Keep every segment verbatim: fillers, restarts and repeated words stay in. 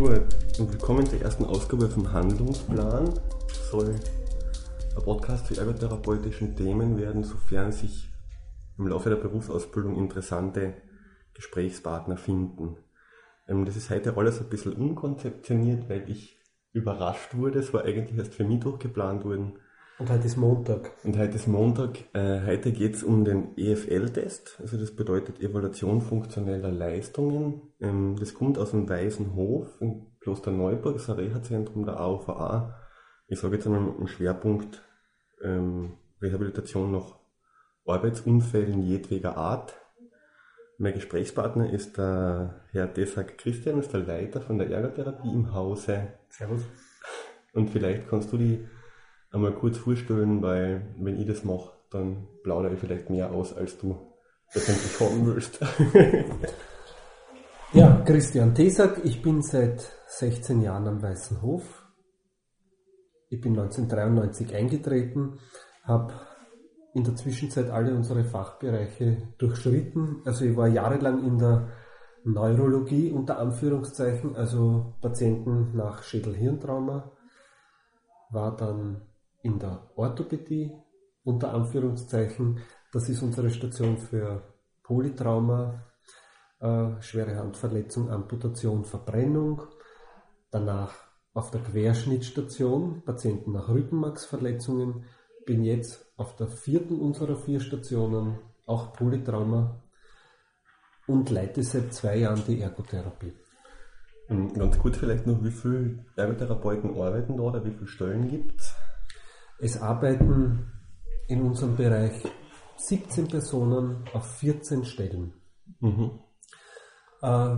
Gut, und willkommen zur ersten Ausgabe vom Handlungsplan. Das soll ein Podcast zu ergotherapeutischen Themen werden, sofern sich im Laufe der Berufsausbildung interessante Gesprächspartner finden. Das ist heute alles ein bisschen unkonzeptioniert, weil ich überrascht wurde. Es war eigentlich erst für Mittwoch geplant worden. Und heute ist Montag. Und heute ist Montag. Äh, heute geht es um den E F L-Test. Also das bedeutet Evaluation funktioneller Leistungen. Ähm, das kommt aus dem Weißen Hof in Klosterneuburg, das ist ein Reha-Zentrum der A O V A. Ich sage jetzt einmal mit dem Schwerpunkt ähm, Rehabilitation nach Arbeitsunfällen jedweder Art. Mein Gesprächspartner ist der Herr Desak Christian, ist der Leiter von der Ergotherapie im Hause. Servus. Und vielleicht kannst du die einmal kurz vorstellen, weil wenn ich das mache, dann plaudere ich vielleicht mehr aus, als du letztendlich haben willst. Ja, Christian Desak, ich bin seit sechzehn Jahren am Weißen Hof. Ich bin neunzehnhundertdreiundneunzig eingetreten, habe in der Zwischenzeit alle unsere Fachbereiche durchschritten. Also ich war jahrelang in der Neurologie unter Anführungszeichen, also Patienten nach Schädel-Hirntrauma, war dann in der Orthopädie unter Anführungszeichen. Das ist unsere Station für Polytrauma, äh, schwere Handverletzung, Amputation, Verbrennung. Danach auf der Querschnittstation Patienten nach Rückenmarksverletzungen. Bin jetzt auf der vierten unserer vier Stationen, auch Polytrauma, und leite seit zwei Jahren die Ergotherapie. Ganz kurz vielleicht noch, wie viele Ergotherapeuten arbeiten da oder wie viele Stellen gibt es? Es arbeiten in unserem Bereich siebzehn Personen auf vierzehn Stellen. Mhm. Äh,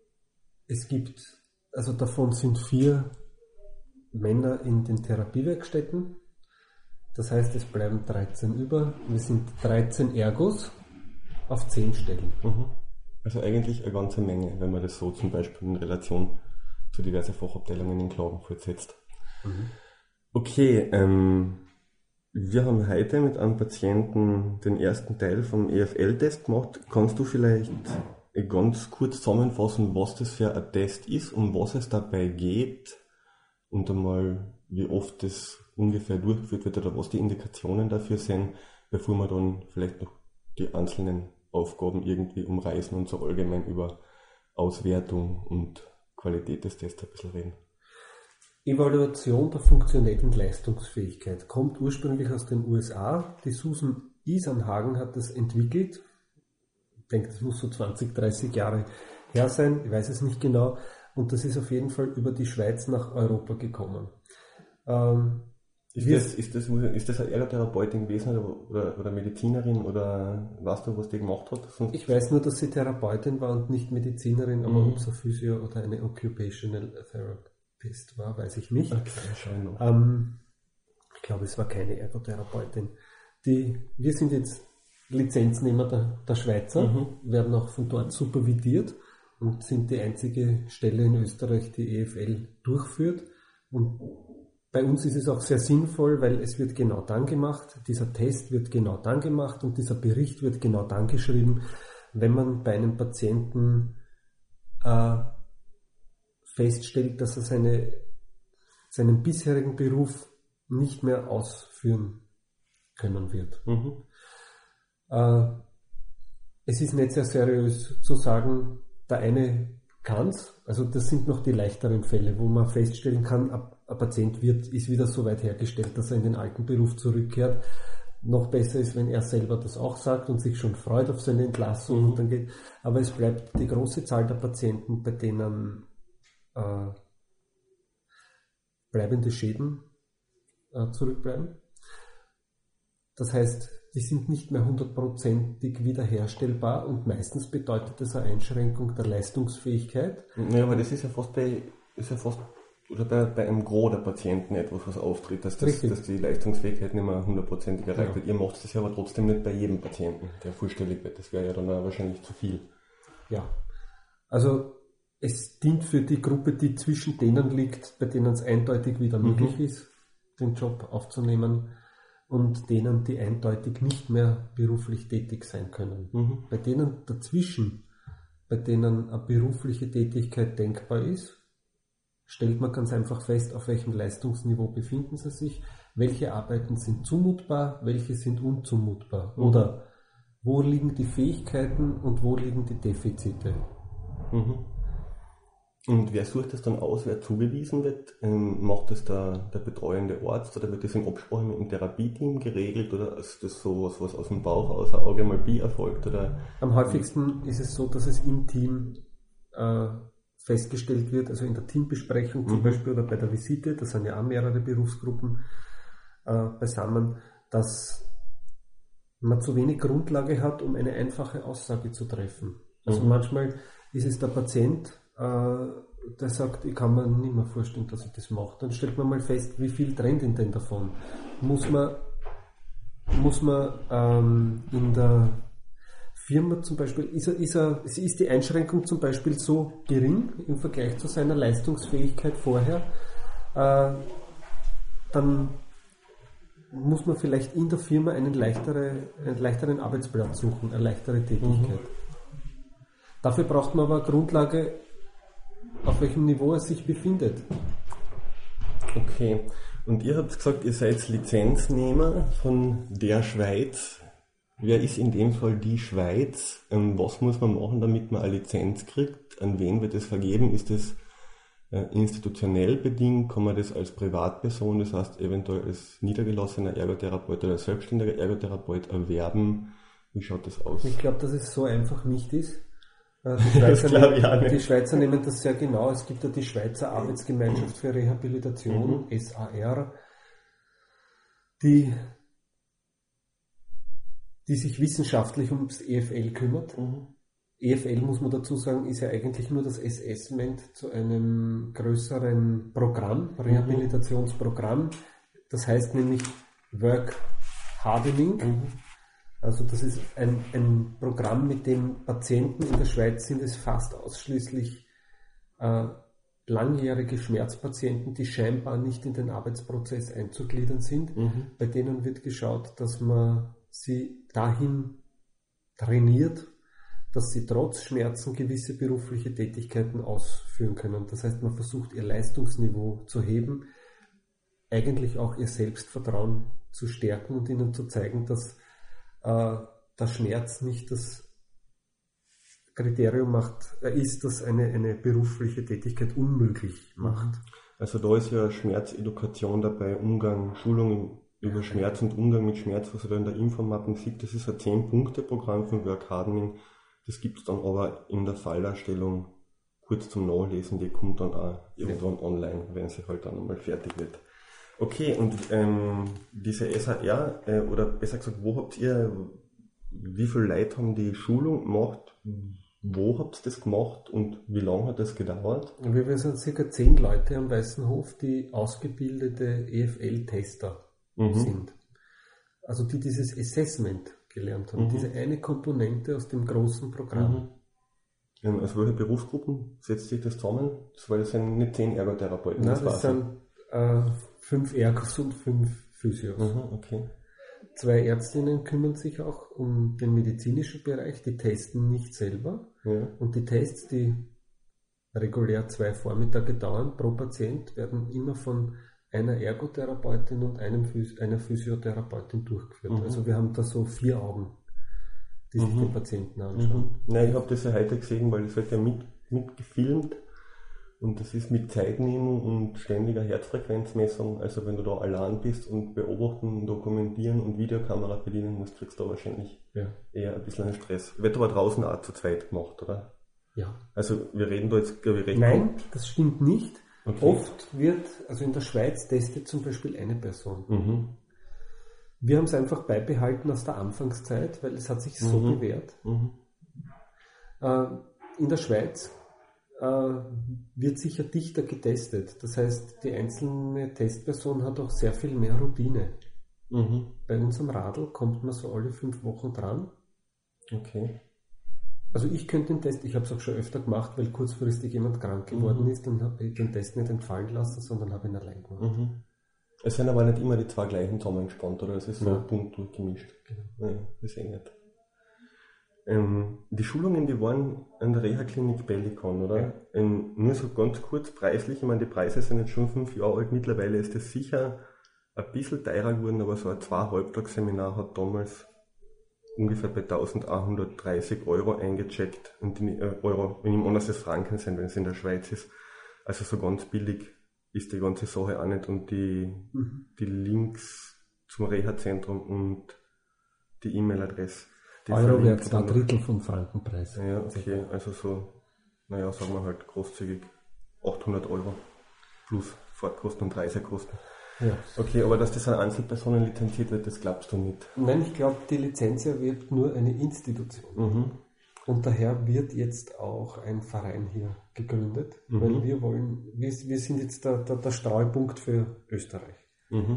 es gibt, also davon sind vier Männer in den Therapiewerkstätten. Das heißt, es bleiben dreizehn über. Wir sind dreizehn Ergos auf zehn Stellen. Mhm. Also eigentlich eine ganze Menge, wenn man das so zum Beispiel in Relation zu diversen Fachabteilungen in Klagenfurt setzt. Mhm. Okay, ähm, wir haben heute mit einem Patienten den ersten Teil vom E F L-Test gemacht. Kannst du vielleicht ganz kurz zusammenfassen, was das für ein Test ist, um was es dabei geht und einmal, wie oft das ungefähr durchgeführt wird oder was die Indikationen dafür sind, bevor wir dann vielleicht noch die einzelnen Aufgaben irgendwie umreißen und so allgemein über Auswertung und Qualität des Tests ein bisschen reden. Evaluation der funktionellen Leistungsfähigkeit kommt ursprünglich aus den U S A. Die Susan Isenhagen hat das entwickelt. Ich denke, das muss so zwanzig, dreißig Jahre her sein, ich weiß es nicht genau. Und das ist auf jeden Fall über die Schweiz nach Europa gekommen. Ähm, Ist das, ist, das, ist das eine Ergotherapeutin gewesen oder, oder, oder Medizinerin oder weißt du, was die gemacht hat? Sonst ich weiß nur, dass sie Therapeutin war und nicht Medizinerin, aber mhm. ob es eine Physio oder eine Occupational Therapist war, weiß ich nicht. Okay, schauen wir. Ähm, ich glaube, es war keine Ergotherapeutin. Die, wir sind jetzt Lizenznehmer der, der Schweizer, mhm. werden auch von dort supervidiert und sind die einzige Stelle in Österreich, die E F L durchführt. Und bei uns ist es auch sehr sinnvoll, weil es wird genau dann gemacht, dieser Test wird genau dann gemacht und dieser Bericht wird genau dann geschrieben, wenn man bei einem Patienten äh, feststellt, dass er seine, seinen bisherigen Beruf nicht mehr ausführen können wird. Mhm. Äh, es ist nicht sehr seriös zu sagen, der eine kann es, also das sind noch die leichteren Fälle, wo man feststellen kann, ein Patient wird, ist wieder so weit hergestellt, dass er in den alten Beruf zurückkehrt. Noch besser ist, wenn er selber das auch sagt und sich schon freut auf seine Entlassung. Mhm. Und dann geht, aber es bleibt die große Zahl der Patienten, bei denen äh, bleibende Schäden äh, zurückbleiben. Das heißt, die sind nicht mehr hundertprozentig wiederherstellbar und meistens bedeutet das eine Einschränkung der Leistungsfähigkeit. Ja, aber das ist ja fast bei, ist ja fast, oder bei, bei einem Gros der Patienten etwas, was auftritt, dass, das, dass die Leistungsfähigkeit nicht mehr hundertprozentig erreicht ja. wird. Ihr macht das ja aber trotzdem nicht bei jedem Patienten, der vorstellig wird. Das wäre ja dann auch wahrscheinlich zu viel. Ja, also es dient für die Gruppe, die zwischen denen liegt, bei denen es eindeutig wieder mhm. möglich ist, den Job aufzunehmen. Und denen, die eindeutig nicht mehr beruflich tätig sein können. Mhm. Bei denen dazwischen, bei denen eine berufliche Tätigkeit denkbar ist, stellt man ganz einfach fest, auf welchem Leistungsniveau befinden sie sich, welche Arbeiten sind zumutbar, welche sind unzumutbar. Mhm. Oder wo liegen die Fähigkeiten und wo liegen die Defizite. Mhm. Und wer sucht das dann aus, wer zugewiesen wird? Ähm, macht das der, der betreuende Arzt oder wird das in Absprache mit dem Therapieteam geregelt oder ist das so was, was aus dem Bauch, aus der Auge mal Bi erfolgt? Oder? Am häufigsten ist es so, dass es im Team äh, festgestellt wird, also in der Teambesprechung zum Mhm. Beispiel oder bei der Visite, da sind ja auch mehrere Berufsgruppen äh, beisammen, dass man zu wenig Grundlage hat, um eine einfache Aussage zu treffen. Also Mhm. manchmal ist es der Patient, äh, der sagt, ich kann mir nicht mehr vorstellen, dass ich das mache. Dann stellt man mal fest, wie viel trennt ihn denn davon. Muss man, muss man ähm, in der Firma zum Beispiel, ist, er, ist, er, ist die Einschränkung zum Beispiel so gering im Vergleich zu seiner Leistungsfähigkeit vorher, äh, dann muss man vielleicht in der Firma einen, leichtere, einen leichteren Arbeitsplatz suchen, eine leichtere Tätigkeit. Mhm. Dafür braucht man aber eine Grundlage, auf welchem Niveau er sich befindet. Okay. Und ihr habt gesagt, ihr seid Lizenznehmer von der Schweiz. Wer ist in dem Fall die Schweiz? Was muss man machen, damit man eine Lizenz kriegt? An wen wird es vergeben? Ist das institutionell bedingt? Kann man das als Privatperson, das heißt eventuell als niedergelassener Ergotherapeut oder als selbstständiger Ergotherapeut erwerben? Wie schaut das aus? Ich glaube, dass es so einfach nicht ist. Die Schweizer, nehmen, die Schweizer nehmen das sehr genau. Es gibt ja die Schweizer Arbeitsgemeinschaft für Rehabilitation, mhm. S A R, die, die sich wissenschaftlich ums E F L kümmert. Mhm. E F L, muss man dazu sagen, ist ja eigentlich nur das Assessment zu einem größeren Programm, Rehabilitationsprogramm. Das heißt nämlich Work Hardening. Mhm. Also das ist ein, ein Programm, mit dem Patienten in der Schweiz sind es fast ausschließlich äh, langjährige Schmerzpatienten, die scheinbar nicht in den Arbeitsprozess einzugliedern sind. Mhm. Bei denen wird geschaut, dass man sie dahin trainiert, dass sie trotz Schmerzen gewisse berufliche Tätigkeiten ausführen können. Das heißt, man versucht ihr Leistungsniveau zu heben, eigentlich auch ihr Selbstvertrauen zu stärken und ihnen zu zeigen, dass äh, der Schmerz nicht das Kriterium macht, äh, ist, das eine, eine berufliche Tätigkeit unmöglich macht. Also da ist ja Schmerzedukation dabei, Umgang, Schulung über Schmerz und Umgang mit Schmerz, was er da in der Infomappen sieht. Das ist ein zehn-Punkte-Programm von Work Hardening. Das gibt es dann aber in der Falldarstellung kurz zum Nachlesen, die kommt dann auch irgendwann online, wenn sie halt dann einmal fertig wird. Okay, und ähm, diese S A R, äh, oder besser gesagt, wo habt ihr, wie viele Leute haben die Schulung gemacht, wo habt ihr das gemacht und wie lange hat das gedauert? Wir sind circa zehn Leute am Weißen Hof, die ausgebildete E F L-Tester mhm. sind. Also die dieses Assessment gelernt haben, mhm. diese eine Komponente aus dem großen Programm. Mhm. Also welche Berufsgruppen setzt sich das zusammen? Weil das sind nicht zehn Ergotherapeuten. Nein, das, das sind äh, fünf Ergos und fünf Physios. Mhm, okay. Zwei Ärztinnen kümmern sich auch um den medizinischen Bereich, die testen nicht selber. Ja. Und die Tests, die regulär zwei Vormittage dauern pro Patient, werden immer von einer Ergotherapeutin und einem Phys- einer Physiotherapeutin durchgeführt. Mhm. Also wir haben da so vier Augen, die sich mhm. den Patienten anschauen. Mhm. Nein, ich habe das ja heute gesehen, weil das wird ja mit, mitgefilmt und das ist mit Zeitnehmung und ständiger Herzfrequenzmessung. Also wenn du da allein bist und beobachten, dokumentieren und Videokamera bedienen musst, kriegst du da wahrscheinlich ja. eher ein bisschen einen Stress. Wird aber draußen auch zu zweit gemacht, oder? Ja. Also wir reden da jetzt, glaube ich, recht Nein, gut. Das stimmt nicht. Okay. Oft wird, also in der Schweiz testet zum Beispiel eine Person. Mhm. Wir haben es einfach beibehalten aus der Anfangszeit, weil es hat sich so mhm. bewährt. Mhm. Äh, in der Schweiz äh, wird sicher dichter getestet. Das heißt, die einzelne Testperson hat auch sehr viel mehr Routine. Mhm. Bei unserem Radl kommt man so alle fünf Wochen dran. Okay. Also ich könnte den Test, ich habe es auch schon öfter gemacht, weil kurzfristig jemand krank geworden mhm. ist, dann habe ich den Test nicht entfallen lassen, sondern habe ihn allein gemacht. Mhm. Es sind aber nicht immer die zwei gleichen zusammengespannt, oder? Es ist so ja. bunt durchgemischt. Genau. Ja, das ist eh nicht. Ähm, die Schulungen, die waren an der Reha-Klinik Bellikon, oder? Ja. Ähm, nur so ganz kurz preislich, ich meine, die Preise sind jetzt schon fünf Jahre alt, mittlerweile ist das sicher ein bisschen teurer geworden, aber so ein zwei-Halbtagsseminar hat damals ungefähr bei eintausendeinhundertdreißig Euro eingecheckt, und die, äh, Euro, wenn ihm anders das Franken sind, wenn es in der Schweiz ist. Also so ganz billig ist die ganze Sache auch nicht, und die, Mhm. die Links zum Reha-Zentrum und die E-Mail-Adresse. die Euro verlinkt wäre zwei man noch. Drittel vom Frankenpreis. Ja, okay, also so, naja, sagen wir halt großzügig achthundert Euro plus Fahrtkosten und Reisekosten. Ja. Okay, aber dass das an Einzelpersonen lizenziert wird, das glaubst du nicht. Nein, ich glaube, die Lizenz wird nur eine Institution. Mhm. Und daher wird jetzt auch ein Verein hier gegründet, Mhm. weil wir wollen, wir, wir sind jetzt der, der, der Streupunkt für Österreich. Mhm.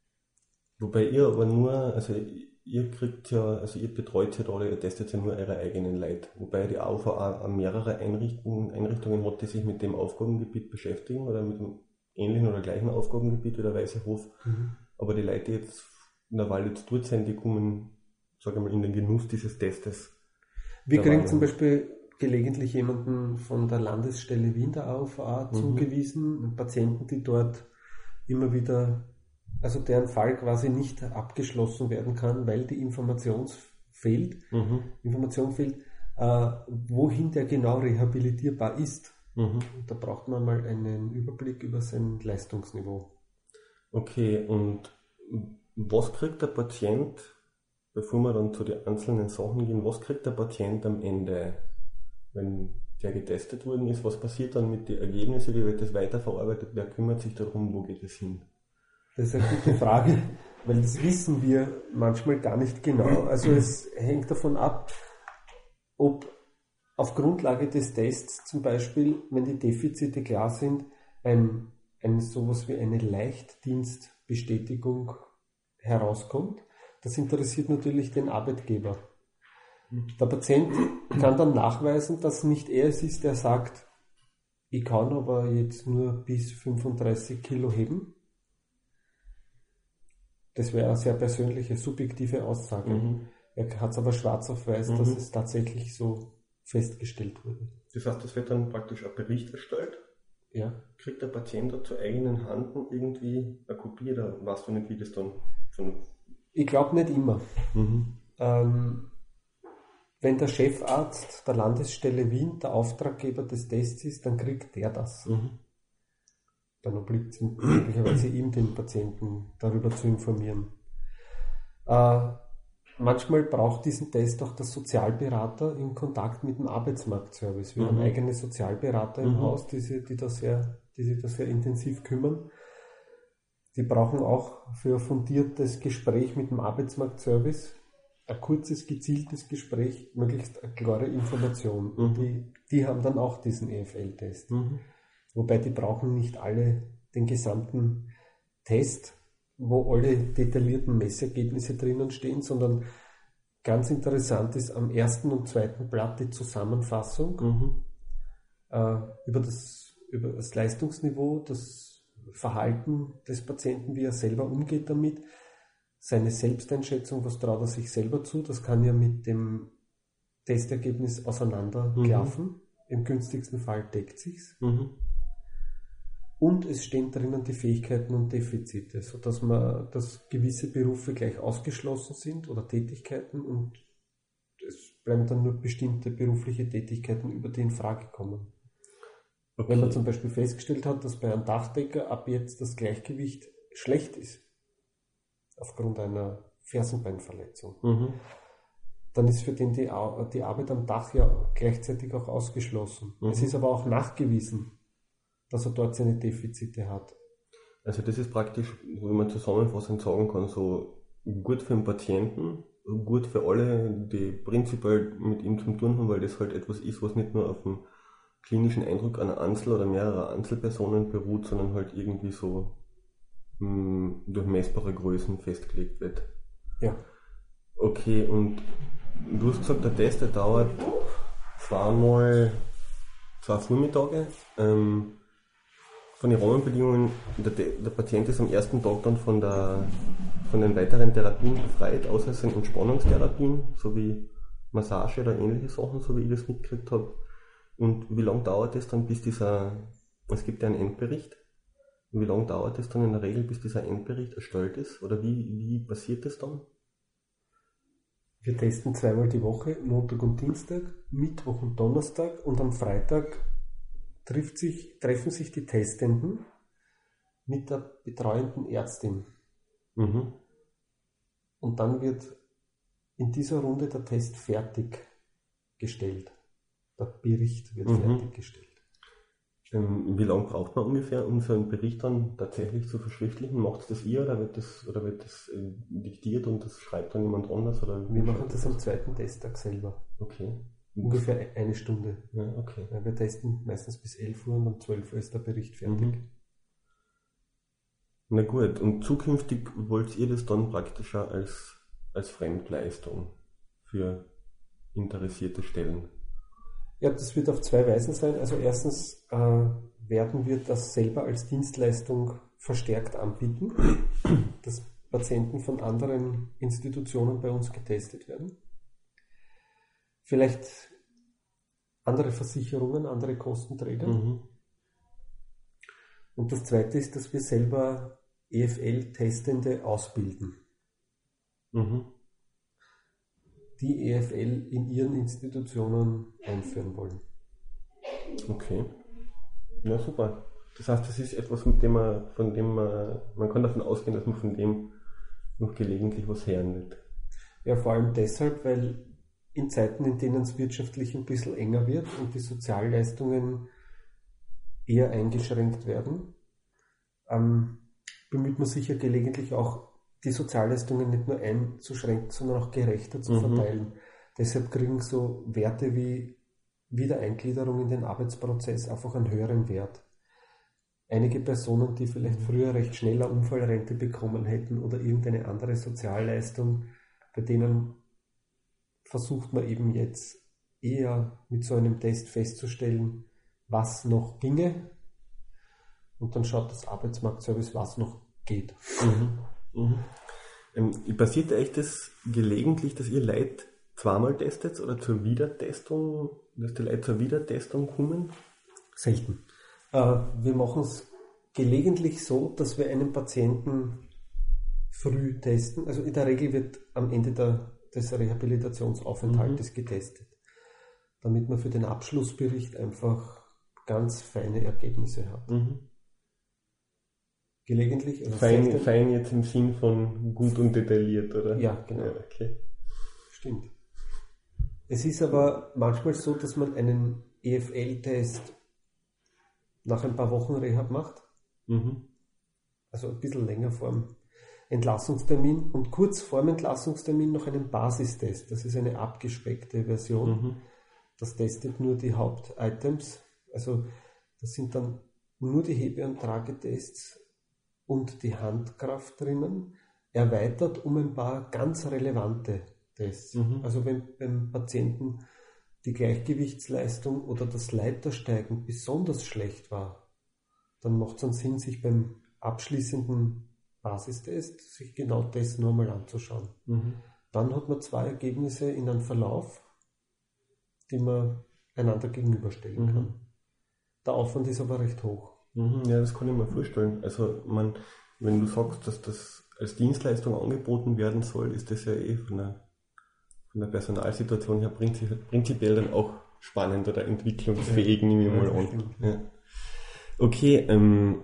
Wobei ihr aber nur, also ihr kriegt ja, also ihr betreut ja alle, ihr testet ja nur eure eigenen Leute. Wobei die A U V A mehrere Einrichtungen, Einrichtungen hat, die sich mit dem Aufgabengebiet beschäftigen oder mit dem ähnlichen oder gleichen Aufgabengebiet wie der Weiße Hof. Mhm. Aber die Leute, die jetzt in der Wahl jetzt dort sind, die kommen, sage ich mal, in den Genuss dieses Testes. Wir Da kriegen waren- zum Beispiel gelegentlich jemanden von der Landesstelle Wien der A U V A Mhm. zugewiesen, Patienten, die dort immer wieder, also deren Fall quasi nicht abgeschlossen werden kann, weil die Information fehlt, Mhm. Information fehlt, äh, wohin der genau rehabilitierbar ist. Mhm. Und da braucht man mal einen Überblick über sein Leistungsniveau. Okay, und was kriegt der Patient, bevor wir dann zu den einzelnen Sachen gehen, was kriegt der Patient am Ende, wenn der getestet worden ist? Was passiert dann mit den Ergebnissen? Wie wird das weiterverarbeitet? Wer kümmert sich darum? Wo geht es hin? Das ist eine gute Frage, weil das wissen wir manchmal gar nicht genau. Also es hängt davon ab, ob auf Grundlage des Tests zum Beispiel, wenn die Defizite klar sind, ein, ein sowas wie eine Leichtdienstbestätigung herauskommt. Das interessiert natürlich den Arbeitgeber. Der Patient kann dann nachweisen, dass nicht er es ist, der sagt, ich kann aber jetzt nur bis fünfunddreißig Kilo heben. Das wäre eine sehr persönliche, subjektive Aussage. Mhm. Er hat es aber schwarz auf weiß, Mhm. dass es tatsächlich so festgestellt wurde. Das heißt, es wird dann praktisch ein Bericht erstellt. Ja. Kriegt der Patient da zu eigenen Händen irgendwie eine Kopie, oder weißt du nicht, wie das dann von... Ich glaube nicht immer. Mhm. Ähm, wenn der Chefarzt der Landesstelle Wien der Auftraggeber des Tests ist, dann kriegt der das. Mhm. Dann obliegt es möglicherweise ihm, den Patienten darüber zu informieren. Äh, manchmal braucht diesen Test auch der Sozialberater in Kontakt mit dem Arbeitsmarktservice. Wir Mhm. haben eigene Sozialberater im Mhm. Haus, die, sich- die, da sehr, die sich da sehr intensiv kümmern. Die brauchen auch für ein fundiertes Gespräch mit dem Arbeitsmarktservice ein kurzes, gezieltes Gespräch, möglichst eine klare Information. Und Mhm. die, die haben dann auch diesen E F L-Test. Mhm. Wobei die brauchen nicht alle den gesamten Test, wo alle detaillierten Messergebnisse drinnen stehen, sondern ganz interessant ist am ersten und zweiten Blatt die Zusammenfassung Mhm. äh, über, das, über das Leistungsniveau, das Verhalten des Patienten, wie er selber umgeht damit, seine Selbsteinschätzung, was traut er sich selber zu, das kann ja mit dem Testergebnis auseinanderklaffen. Im günstigsten Fall deckt sich's. Mhm. Und es stehen drinnen die Fähigkeiten und Defizite, sodass man, dass gewisse Berufe gleich ausgeschlossen sind oder Tätigkeiten und es bleiben dann nur bestimmte berufliche Tätigkeiten, über die in Frage kommen. Okay. Wenn man zum Beispiel festgestellt hat, dass bei einem Dachdecker ab jetzt das Gleichgewicht schlecht ist, aufgrund einer Fersenbeinverletzung, Mhm. dann ist für den die, Au- die Arbeit am Dach ja gleichzeitig auch ausgeschlossen. Mhm. Es ist aber auch nachgewiesen, dass er dort seine Defizite hat. Also das ist praktisch, wie man zusammenfassend sagen kann, so gut für den Patienten, gut für alle, die prinzipiell mit ihm zu tun haben, weil das halt etwas ist, was nicht nur auf dem klinischen Eindruck einer Einzel- oder mehrerer Einzelpersonen beruht, sondern halt irgendwie so mh, durch messbare Größen festgelegt wird. Ja. Okay, und du hast gesagt, der Test der dauert zweimal zwei Vormittage. Ähm, von den Rahmenbedingungen, der, der Patient ist am ersten Tag dann von, der, von den weiteren Therapien befreit, außer es sind Entspannungstherapien, sowie Massage oder ähnliche Sachen, so wie ich das mitgekriegt habe. Und wie lange dauert es dann, bis dieser, es gibt ja einen Endbericht, und wie lange dauert es dann in der Regel, bis dieser Endbericht erstellt ist? Oder wie, wie passiert das dann? Wir testen zweimal die Woche, Montag und Dienstag, Mittwoch und Donnerstag, und am Freitag trifft sich, treffen sich die Testenden mit der betreuenden Ärztin. Mhm. Und dann wird in dieser Runde der Test fertiggestellt. Der Bericht wird Mhm. fertiggestellt. Ähm, wie lange braucht man ungefähr, um so einen Bericht dann tatsächlich zu verschriftlichen? Macht das ihr oder wird das, oder wird das äh, diktiert und das schreibt dann jemand anders? Oder Wir machen das am zweiten Testtag selber. Okay. Ungefähr eine Stunde. Ja, okay. Weil wir testen meistens bis elf Uhr und um zwölf Uhr ist der Bericht fertig. Mhm. Na gut, und zukünftig wollt ihr das dann praktischer als, als Fremdleistung für interessierte Stellen? Ja, das wird auf zwei Weisen sein. Also erstens äh, werden wir das selber als Dienstleistung verstärkt anbieten, dass Patienten von anderen Institutionen bei uns getestet werden. Vielleicht andere Versicherungen, andere Kostenträger. Mhm. Und das zweite ist, dass wir selber E F L-Testende ausbilden, Mhm. die E F L in ihren Institutionen einführen wollen. Okay. Ja, super. Das heißt, das ist etwas, mit dem man, von dem man, man kann davon ausgehen, dass man von dem noch gelegentlich was hernimmt. Ja, vor allem deshalb, weil in Zeiten, in denen es wirtschaftlich ein bisschen enger wird und die Sozialleistungen eher eingeschränkt werden, ähm, bemüht man sich ja gelegentlich auch, die Sozialleistungen nicht nur einzuschränken, sondern auch gerechter zu Mhm. verteilen. Deshalb kriegen so Werte wie Wiedereingliederung in den Arbeitsprozess einfach einen höheren Wert. Einige Personen, die vielleicht früher recht schnell eine Unfallrente bekommen hätten oder irgendeine andere Sozialleistung, bei denen versucht man eben jetzt eher mit so einem Test festzustellen, was noch ginge, und dann schaut das Arbeitsmarktservice, was noch geht. Mhm. Mhm. Ähm, passiert euch das gelegentlich, dass ihr Leute zweimal testet oder zur Wiedertestung, dass die Leute zur Wiedertestung kommen? Selten. Äh, wir machen es gelegentlich so, dass wir einen Patienten früh testen. Also in der Regel wird am Ende der, des Rehabilitationsaufenthaltes mhm. getestet, damit man für den Abschlussbericht einfach ganz feine Ergebnisse hat. Mhm. Gelegentlich. Also fein, selten, fein jetzt im Sinn von gut und detailliert, oder? Ja, genau. Ja, okay. Stimmt. Es ist aber manchmal so, dass man einen E F L-Test nach ein paar Wochen Rehab macht. Mhm. Also ein bisschen länger vor dem Entlassungstermin und kurz vor dem Entlassungstermin noch einen Basistest. Das ist eine abgespeckte Version. Mhm. Das testet nur die Hauptitems. Also das sind dann nur die Hebe- und Tragetests und die Handkraft drinnen, erweitert um ein paar ganz relevante Tests. Mhm. Also wenn beim Patienten die Gleichgewichtsleistung oder das Leitersteigen besonders schlecht war, dann macht es einen Sinn, sich beim abschließenden Basistest sich genau das nochmal anzuschauen. Mhm. Dann hat man zwei Ergebnisse in einem Verlauf, die man einander gegenüberstellen Mhm. kann. Der Aufwand ist aber recht hoch. Mhm. Ja, das kann ich mir vorstellen. Also man, wenn du sagst, dass das als Dienstleistung angeboten werden soll, ist das ja eh von der, von der Personalsituation her prinzipiell, prinzipiell dann auch spannend oder entwicklungsfähig, ja. Nehme ich mal an. Ja. Okay, ähm,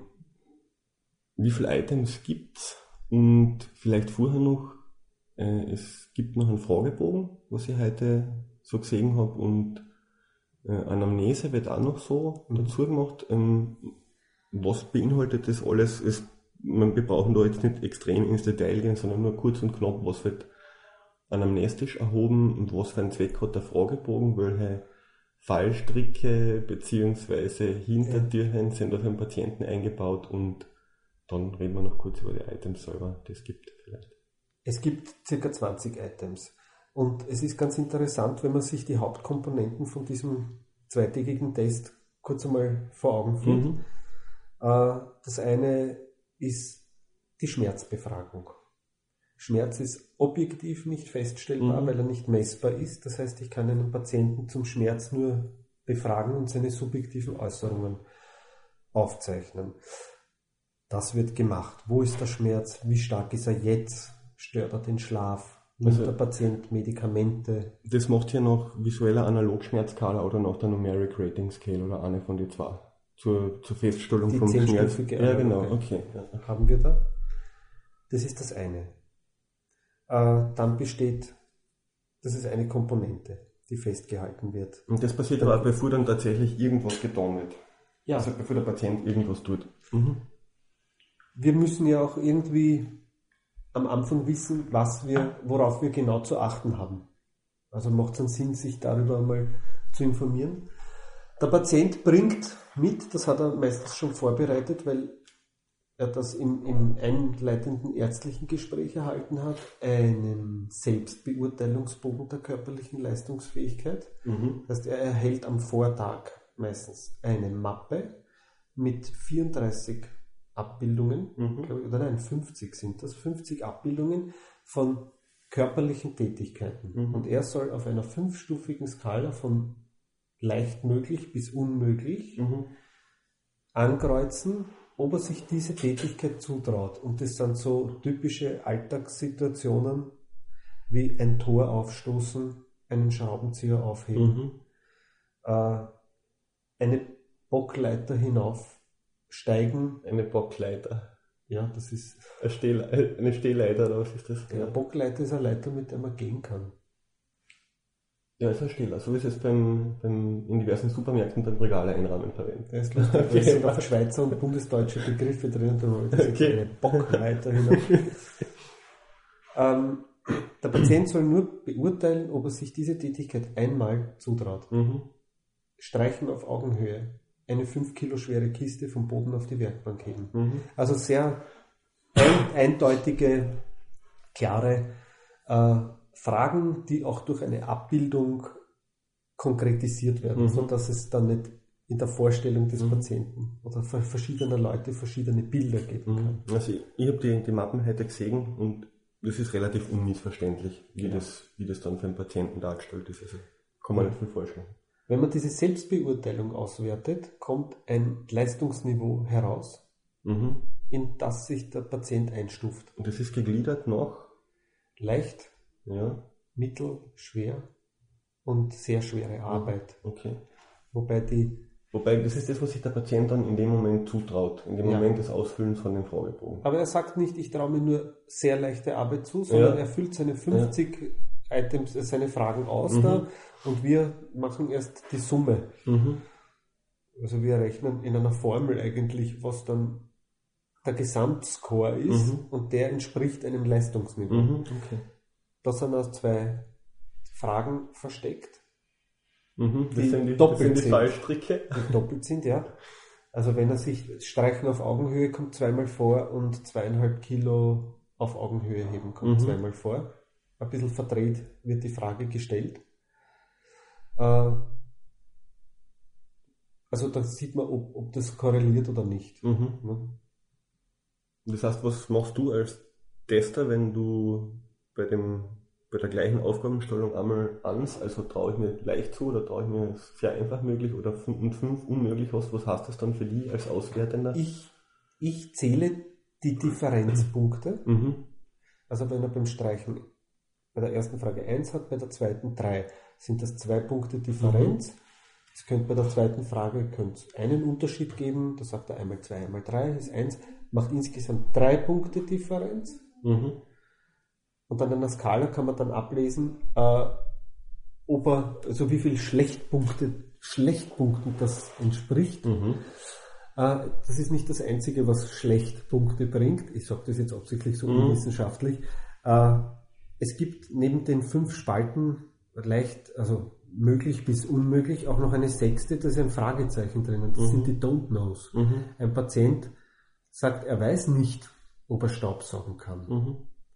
wie viele Items gibt's? Und vielleicht vorher noch, äh, es gibt noch einen Fragebogen, was ich heute so gesehen habe, und äh, Anamnese wird auch noch so mhm. dazu gemacht. Ähm, was beinhaltet das alles? Es, man, wir brauchen da jetzt nicht extrem ins Detail gehen, sondern nur kurz und knapp, was wird anamnestisch erhoben und was für einen Zweck hat der Fragebogen, welche Fallstricke bzw. Hintertürchen sind auf den Patienten eingebaut, und dann reden wir noch kurz über die Items selber, die es gibt vielleicht. Es gibt ca. zwanzig Items. Und es ist ganz interessant, wenn man sich die Hauptkomponenten von diesem zweitägigen Test kurz einmal vor Augen führt. Mhm. Das eine ist die Schmerzbefragung. Schmerz ist objektiv nicht feststellbar, Mhm. weil er nicht messbar ist. Das heißt, ich kann einen Patienten zum Schmerz nur befragen und seine subjektiven Äußerungen aufzeichnen. Das wird gemacht. Wo ist der Schmerz? Wie stark ist er jetzt? Stört er den Schlaf? Nimmt Also- der Patient Medikamente? Das macht hier noch visueller Analogschmerzskala oder noch der Numeric Rating Scale oder eine von den zwei. Zur, zur Feststellung Die vom Schmerz. zehnstufige Ja, genau, Analog, okay. Ja. Haben wir da? Das ist das eine. Äh, dann besteht, das ist eine Komponente, die festgehalten wird. Und das passiert aber auch, bevor dann tatsächlich irgendwas getan wird. Ja, Also bevor der Patient irgendwas tut. Mhm. wir müssen ja auch irgendwie am Anfang wissen, was wir, worauf wir genau zu achten haben. Also macht es einen Sinn, sich darüber einmal zu informieren. Der Patient bringt mit, das hat er meistens schon vorbereitet, weil er das im, im einleitenden ärztlichen Gespräch erhalten hat, einen Selbstbeurteilungsbogen der körperlichen Leistungsfähigkeit. Mhm. Das heißt, er erhält am Vortag meistens eine Mappe mit vierunddreißig Abbildungen, Mhm. glaube ich, oder nein, fünfzig sind das, fünfzig Abbildungen von körperlichen Tätigkeiten. Mhm. Und er soll auf einer fünfstufigen Skala von leicht möglich bis unmöglich Mhm. ankreuzen, ob er sich diese Tätigkeit zutraut. Und das sind so typische Alltagssituationen wie ein Tor aufstoßen, einen Schraubenzieher aufheben, Mhm. äh, eine Bockleiter hinaufsteigen. Eine Bockleiter. Ja, das ist, Eine, Stehle eine Stehleiter, oder was ist das? eine Bockleiter ist eine Leiter, mit der man gehen kann. Ja, ist ein Stehler. So ist es beim, beim, in diversen Supermärkten beim Regale einrahmen verwendet. Der ist lustig, da sind auf Schweizer und bundesdeutsche Begriffe drin und dann das ist Okay. eine Bockleiter hinauf. ähm, der Patient soll nur beurteilen, ob er sich diese Tätigkeit einmal zutraut. Mhm. Streichen auf Augenhöhe. Eine fünf Kilo schwere Kiste vom Boden auf die Werkbank heben. Mhm. Also sehr ein, eindeutige, klare äh, Fragen, die auch durch eine Abbildung konkretisiert werden, Mhm. sodass es dann nicht in der Vorstellung des Mhm. Patienten oder ver- verschiedener Leute verschiedene Bilder geben kann. Mhm. Also ich, ich habe die, die Mappen heute gesehen und das ist relativ unmissverständlich, wie, Ja. das, wie das dann für den Patienten dargestellt ist. Also kann man Ja. nicht viel vorstellen. Wenn man diese Selbstbeurteilung auswertet, kommt ein Leistungsniveau heraus, Mhm. in das sich der Patient einstuft. Und das ist gegliedert nach, Leicht, ja, mittel, schwer und sehr schwere Arbeit. okay. Wobei die, Wobei, das ist das, was sich der Patient dann in dem Moment zutraut, in dem Ja. Moment des Ausfüllens von dem Fragebogen. aber er sagt nicht, ich traue mir nur sehr leichte Arbeit zu, sondern Ja. er füllt seine fünfzig Items, äh, seine Fragen aus Mhm. da und wir machen erst die Summe. Mhm. Also wir rechnen in einer Formel eigentlich, was dann der Gesamtscore ist Mhm. und der entspricht einem Leistungsniveau. Mhm. Okay. Da sind auch zwei Fragen versteckt, Mhm. Das Die sind die, das doppelt sind die sind. Fallstricke. die doppelt sind, ja. Also wenn er sich Streichen auf Augenhöhe kommt zweimal vor und zweieinhalb Kilo auf Augenhöhe heben kommt Mhm. zweimal vor. Ein bisschen verdreht wird die Frage gestellt. Äh, Also da sieht man, ob, ob das korreliert oder nicht. Mhm. Ne? Das heißt, was machst du als Tester, wenn du bei dem bei der gleichen Aufgabenstellung einmal eins, also traue ich mir leicht zu oder traue ich mir sehr einfach möglich oder fünf und fünf unmöglich hast, was heißt das dann für die als Auswertender? Ich, ich zähle die Differenzpunkte. Mhm. Also wenn er beim Streichen bei der ersten Frage eins hat, bei der zweiten drei, sind das zwei Punkte Differenz. Es könnte bei der zweiten Frage könnte es einen Unterschied geben, da sagt er einmal zwei, einmal drei ist eins, macht insgesamt drei Punkte Differenz. Mhm. Und an einer Skala kann man dann ablesen, äh, ob er, also wie viel Schlechtpunkte, Schlechtpunkten das entspricht. Mhm. Äh, das ist nicht das Einzige, was Schlechtpunkte bringt. Ich sage das jetzt absichtlich so Mhm. unwissenschaftlich. Äh, es gibt neben den fünf Spalten leicht, also möglich bis unmöglich, auch noch eine sechste, da ist ein Fragezeichen drinnen. Das Mhm. sind die Don't Knows. Mhm. Ein Patient sagt, er weiß nicht, ob er Staubsaugen kann. Mhm.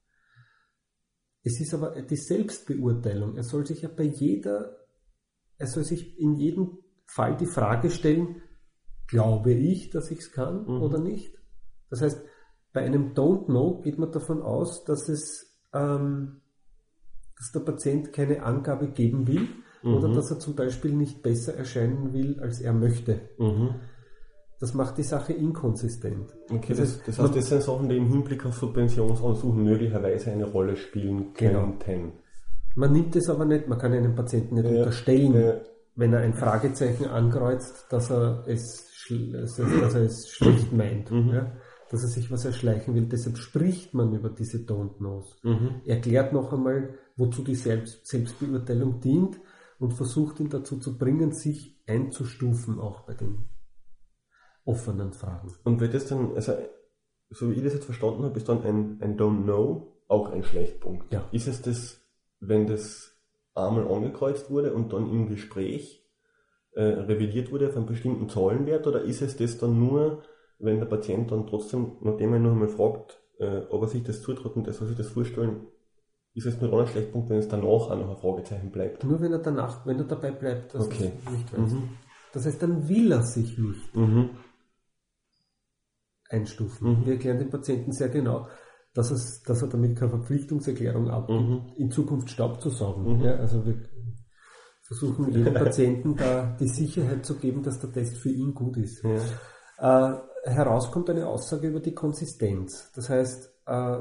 Es ist aber die Selbstbeurteilung. Er soll sich ja bei jeder, er soll sich in jedem Fall die Frage stellen, glaube ich, dass ich es kann Mhm. oder nicht? Das heißt, bei einem Don't Know geht man davon aus, dass es ähm, dass der Patient keine Angabe geben will mhm. oder dass er zum Beispiel nicht besser erscheinen will, als er möchte. Mhm. Das macht die Sache inkonsistent. Okay, das, das, das heißt, das sind Sachen, die im Hinblick auf Subventionsansuchen möglicherweise eine Rolle spielen könnten. Genau. Man nimmt es aber nicht, man kann einem Patienten nicht ja, unterstellen, ja. wenn er ein Fragezeichen ankreuzt, dass er es, dass er es schlecht meint, mhm. ja, dass er sich was erschleichen will. Deshalb spricht man über diese Don't Knows. Mhm. Erklärt noch einmal, wozu die Selbst, Selbstbeurteilung dient und versucht ihn dazu zu bringen, sich einzustufen, auch bei den offenen Fragen. Und wird das dann, also so wie ich das jetzt verstanden habe, ist dann ein, ein Don't Know auch ein Schlechtpunkt. Ja. Ist es das, wenn das einmal angekreuzt wurde und dann im Gespräch äh, revidiert wurde auf einen bestimmten Zahlenwert, oder ist es das dann nur, wenn der Patient dann trotzdem, nachdem er noch einmal fragt, äh, ob er sich das zutraut und er soll sich das vorstellen, ist es nur dann ein Schlechtpunkt, wenn es danach auch noch ein Fragezeichen bleibt? Nur wenn er danach, wenn er dabei bleibt, dass okay. er nicht weiß. Mhm. Das heißt, dann will er sich nicht. Mhm. einstufen. Mhm. Wir erklären dem Patienten sehr genau, dass, es, dass er damit keine Verpflichtungserklärung abgibt, mhm. in Zukunft Staub zu saugen. Mhm. Ja, also wir versuchen jedem Patienten da die Sicherheit zu geben, dass der Test für ihn gut ist. Ja. Äh, heraus kommt eine Aussage über die Konsistenz. Das heißt, äh,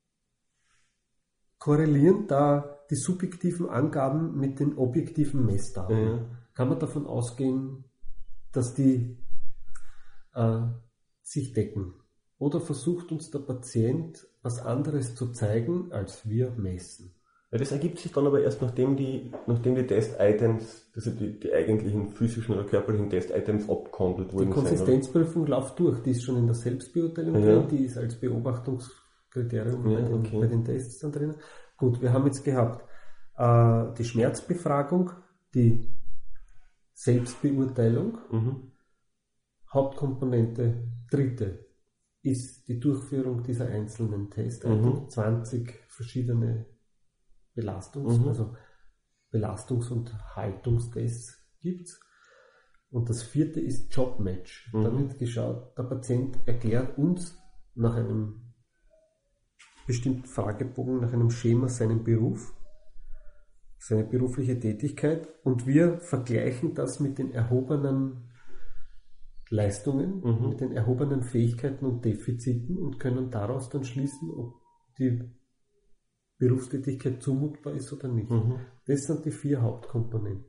korrelieren da die subjektiven Angaben mit den objektiven Messdaten. Ja. Kann man davon ausgehen, dass die äh, sich decken? Oder versucht uns der Patient was anderes zu zeigen, als wir messen? Ja, das ergibt sich dann aber erst, nachdem die, nachdem die Test-Items, also die, die eigentlichen physischen oder körperlichen Test-Items abgehandelt wurden. Die Konsistenzprüfung läuft durch, die ist schon in der Selbstbeurteilung ja. drin, die ist als Beobachtungskriterium ja, bei, den, okay. bei den Tests dann drin. Gut, wir haben jetzt gehabt äh, die Schmerzbefragung, die Selbstbeurteilung, mhm. Hauptkomponente dritte ist die Durchführung dieser einzelnen Tests, mhm. zwanzig verschiedene Belastungs-, mhm. also Belastungs- und Haltungstests gibt es. Und das vierte ist Jobmatch. Mhm. Da wird geschaut, der Patient erklärt uns nach einem bestimmten Fragebogen, nach einem Schema seinen Beruf, seine berufliche Tätigkeit, und wir vergleichen das mit den erhobenen Leistungen, mhm. mit den erhobenen Fähigkeiten und Defiziten und können daraus dann schließen, ob die Berufstätigkeit zumutbar ist oder nicht. Mhm. Das sind die vier Hauptkomponenten.